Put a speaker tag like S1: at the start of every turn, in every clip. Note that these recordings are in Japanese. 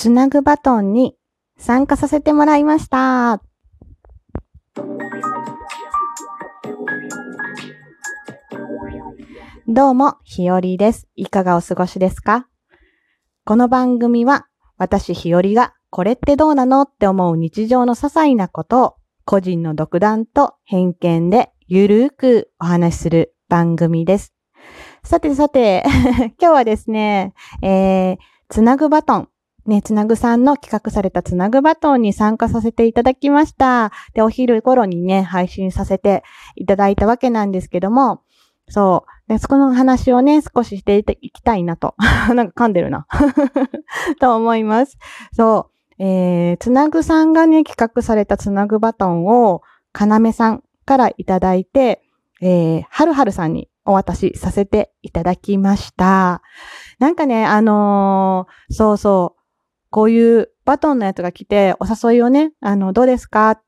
S1: つなぐバトンに参加させてもらいました。どうも、ひよりです。いかがお過ごしですか？この番組は、私ひよりがこれってどうなのって思う日常の些細なことを個人の独断と偏見でゆるーくお話しする番組です。さて今日はですね、つなぐバトン。ね、つなぐさんの企画されたつなぐバトンに参加させていただきました。で、お昼頃にね、配信させていただいたわけなんですけども、そう。で、そこの話をね、少ししていきたいなと。なんか噛んでるな。と思います。そう。つなぐさんがね、企画されたつなぐバトンを、かなめさんからいただいて、はるはるさんにお渡しさせていただきました。なんかね、こういうバトンのやつが来て、お誘いをね、どうですかって、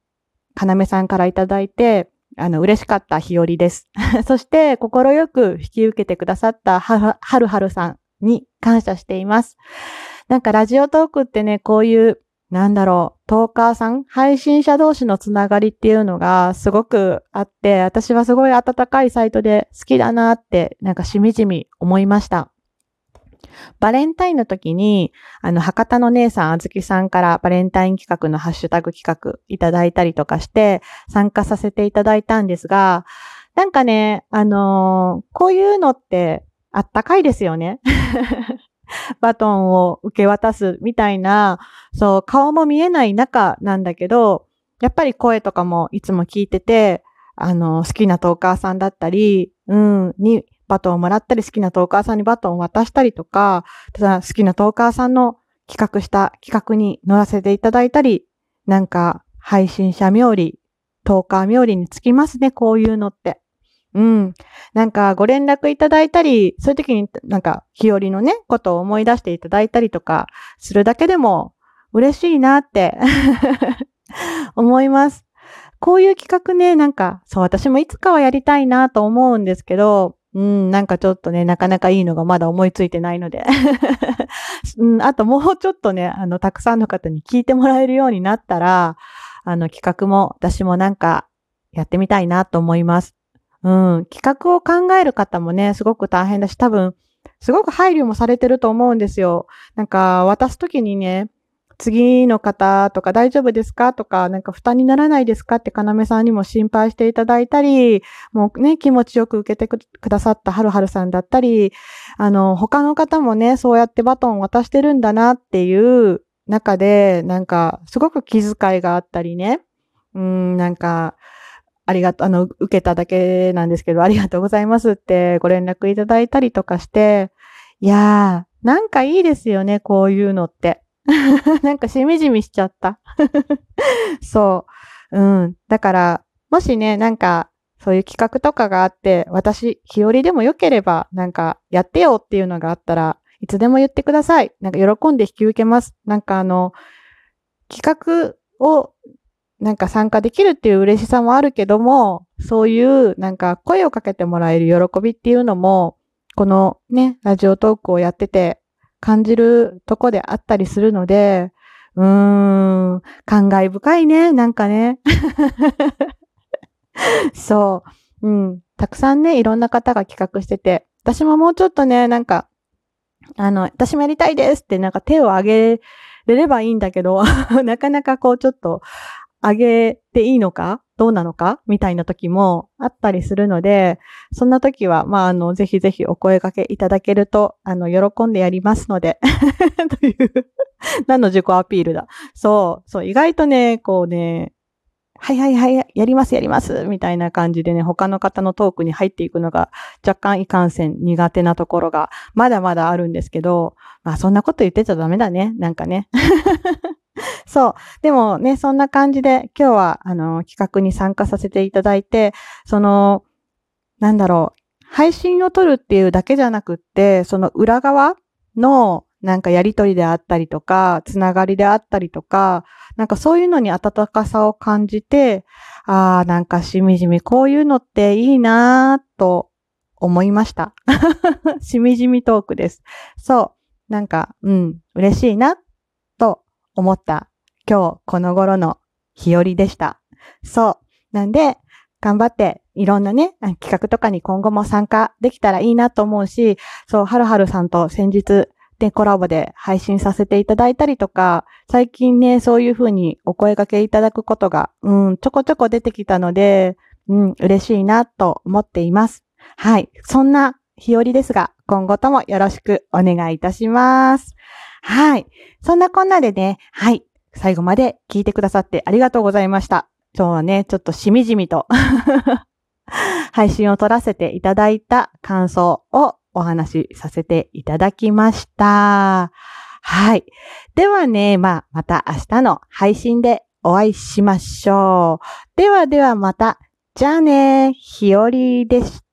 S1: かなめさんからいただいて、嬉しかった日和です。そして、心よく引き受けてくださったはるはるさんに感謝しています。なんかラジオトークってね、こういう、トーカーさん、配信者同士のつながりっていうのがすごくあって、私はすごい温かいサイトで好きだなって、なんかしみじみ思いました。バレンタインの時に、博多の姉さん、あずきさんからバレンタイン企画のハッシュタグ企画いただいたりとかして参加させていただいたんですが、なんかね、こういうのってあったかいですよね。バトンを受け渡すみたいな、そう、顔も見えない中なんだけど、やっぱり声とかもいつも聞いてて、好きなトーカーさんだったり、にバトンをもらったり、好きなトーカーさんにバトンを渡したりとか、ただ好きなトーカーさんの企画した企画に乗らせていただいたり、なんか配信者冥利、トーカー冥利につきますね、こういうのって。なんかご連絡いただいたり、そういう時になんか日和のね、ことを思い出していただいたりとかするだけでも嬉しいなって思います。こういう企画ね、なんか、そう、私もいつかはやりたいなと思うんですけど、なんかちょっとね、なかなかいいのがまだ思いついてないので。あともうちょっとね、たくさんの方に聞いてもらえるようになったら、企画も私もなんかやってみたいなと思います。企画を考える方もね、すごく大変だし、多分、すごく配慮もされてると思うんですよ。なんか、渡すときにね、次の方とか大丈夫ですかとか、なんか負担にならないですかってかなめさんにも心配していただいたり、もうね、気持ちよく受けてくださったはるはるさんだったり、他の方もね、そうやってバトンを渡してるんだなっていう中で、なんか、すごく気遣いがあったりね、なんか、受けただけなんですけど、ありがとうございますってご連絡いただいたりとかして、いやー、なんかいいですよね、こういうのって。なんかしみじみしちゃった。そう。だから、もしね、なんか、そういう企画とかがあって、私、日和でも良ければ、なんか、やってよっていうのがあったら、いつでも言ってください。なんか、喜んで引き受けます。なんか企画をなんか参加できるっていう嬉しさもあるけども、そういうなんか声をかけてもらえる喜びっていうのも、このね、ラジオトークをやってて感じるとこであったりするので、感慨深いね、なんかね。そう。たくさんね、いろんな方が企画してて、私ももうちょっとね、なんか、私もやりたいですってなんか手を挙げれればいいんだけど、なかなかこうちょっとあげていいのかどうなのかみたいな時もあったりするので、そんな時は、ぜひぜひお声掛けいただけると、喜んでやりますので、という、何の自己アピールだ。そう、意外とね、こうね、はいはいはい、やりますやります、みたいな感じでね、他の方のトークに入っていくのが若干いかんせん苦手なところがまだまだあるんですけど、そんなこと言ってちゃダメだね、なんかね。そう。でもね、そんな感じで今日は、企画に参加させていただいて、配信を撮るっていうだけじゃなくって、その裏側のなんかやりとりであったりとか、つながりであったりとか、なんかそういうのに温かさを感じて、なんかしみじみこういうのっていいなぁと思いました。しみじみトークです。そう。なんか、嬉しいなっ思った今日この頃の日和でした。そう。なんで、頑張っていろんなね、企画とかに今後も参加できたらいいなと思うし、そう、はるはるさんと先日でコラボで配信させていただいたりとか、最近ね、そういう風にお声掛けいただくことが、ちょこちょこ出てきたので、嬉しいなと思っています。はい。そんな日和ですが、今後ともよろしくお願いいたします。はい。そんなこんなでね、はい。最後まで聞いてくださってありがとうございました。今日はね、ちょっとしみじみと配信を撮らせていただいた感想をお話しさせていただきました。はい。ではね、また明日の配信でお会いしましょう。ではまた。じゃあね、ひよりでした。